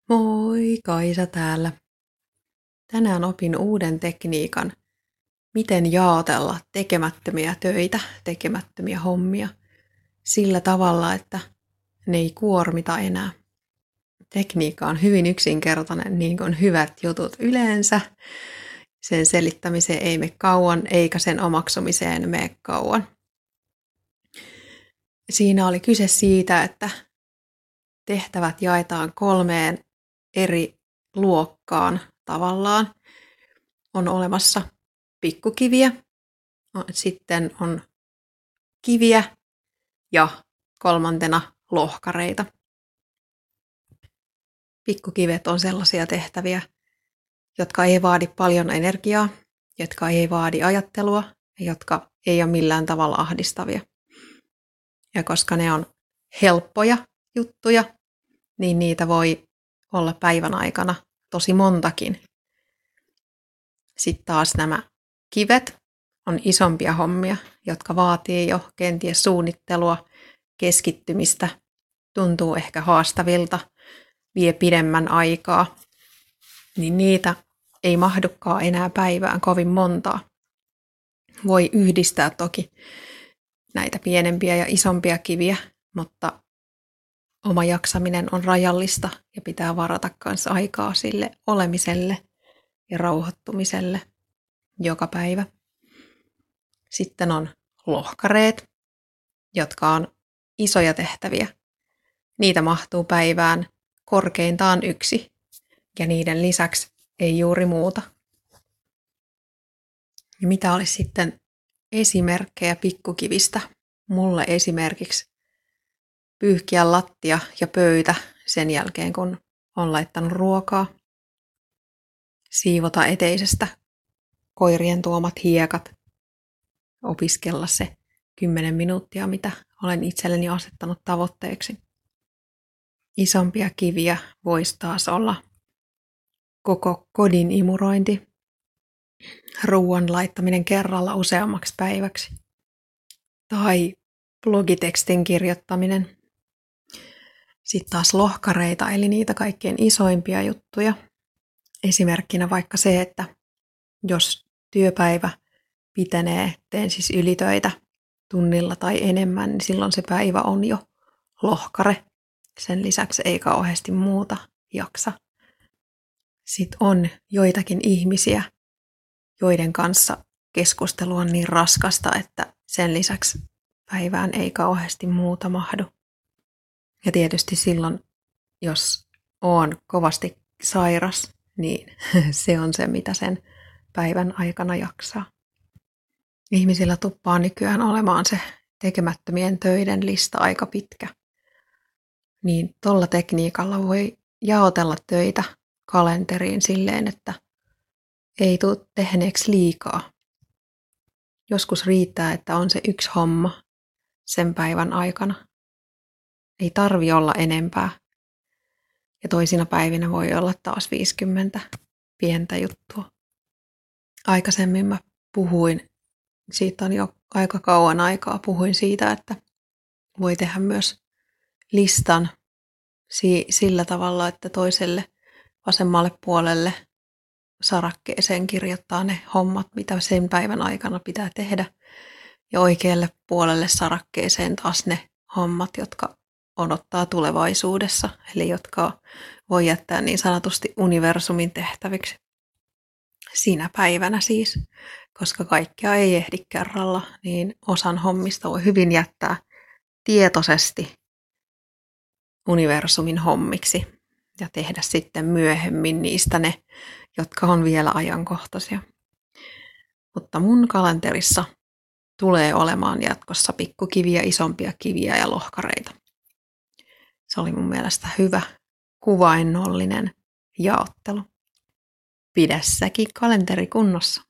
Moi, Kaisa täällä. Tänään opin uuden tekniikan, miten jaotella tekemättömiä töitä, tekemättömiä hommia sillä tavalla, että ne ei kuormita enää. Tekniikka on hyvin yksinkertainen, niin kuin hyvät jutut yleensä. Sen selittämiseen ei mene kauan, eikä sen omaksumiseen mene kauan. Siinä oli kyse siitä, että tehtävät jaetaan 3 eri luokkaan tavallaan. On olemassa pikkukiviä, sitten on kiviä ja 3. lohkareita. Pikkukivet on sellaisia tehtäviä, jotka ei vaadi paljon energiaa, jotka ei vaadi ajattelua ja jotka ei ole millään tavalla ahdistavia. Ja koska ne on helppoja juttuja, niin niitä voi olla päivän aikana tosi montakin. Sitten taas nämä kivet on isompia hommia, jotka vaatii jo kenties suunnittelua, keskittymistä, tuntuu ehkä haastavilta, vie pidemmän aikaa, niin niitä ei mahdukaan enää päivään kovin montaa. Voi yhdistää toki näitä pienempiä ja isompia kiviä, mutta oma jaksaminen on rajallista ja pitää varata myös aikaa sille olemiselle ja rauhoittumiselle joka päivä. Sitten on lohkareet, jotka on isoja tehtäviä. Niitä mahtuu päivään korkeintaan 1 ja niiden lisäksi ei juuri muuta. Ja mitä olisi sitten esimerkkejä pikkukivistä? Mulle esimerkiksi pyyhkiä lattia ja pöytä sen jälkeen, kun on laittanut ruokaa. Siivota eteisestä koirien tuomat hiekat. Opiskella se 10 minuuttia, mitä olen itselleni asettanut tavoitteeksi. Isompia kiviä voisi taas olla koko kodin imurointi, ruoan laittaminen kerralla useammaksi päiväksi tai blogitekstin kirjoittaminen. Sitten taas lohkareita, eli niitä kaikkein isoimpia juttuja. Esimerkkinä vaikka se, että jos työpäivä pitenee, teen siis ylitöitä tunnilla tai enemmän, niin silloin se päivä on jo lohkare. Sen lisäksi ei kauheasti muuta jaksa. Sitten on joitakin ihmisiä, joiden kanssa keskustelu on niin raskasta, että sen lisäksi päivään ei kauheasti muuta mahdu. Ja tietysti silloin, jos on kovasti sairas, niin se on se, mitä sen päivän aikana jaksaa. Ihmisillä tuppaa nykyään olemaan se tekemättömien töiden lista aika pitkä. Niin tuolla tekniikalla voi jaotella töitä kalenteriin silleen, että ei tule tehneeksi liikaa. Joskus riittää, että on se 1 homma sen päivän aikana. Ei tarvi olla enempää. Ja toisina päivinä voi olla taas 50 pientä juttua. Aikaisemmin mä puhuin, siitä on jo aika kauan aikaa, puhuin siitä, että voi tehdä myös listan sillä tavalla, että toiselle vasemmalle puolelle sarakkeeseen kirjoittaa ne hommat, mitä sen päivän aikana pitää tehdä. Ja oikealle puolelle sarakkeeseen taas ne hommat, jotka odottaa tulevaisuudessa, eli jotka voi jättää niin sanotusti universumin tehtäviksi. Sinä päivänä siis, koska kaikkea ei ehdi kerralla, niin osan hommista voi hyvin jättää tietoisesti universumin hommiksi ja tehdä sitten myöhemmin niistä ne, jotka on vielä ajankohtaisia. Mutta mun kalenterissa tulee olemaan jatkossa pikkukiviä, isompia kiviä ja lohkareita. Se oli mun mielestä hyvä kuvainnollinen jaottelu. Pidä säkin kalenteri kunnossa.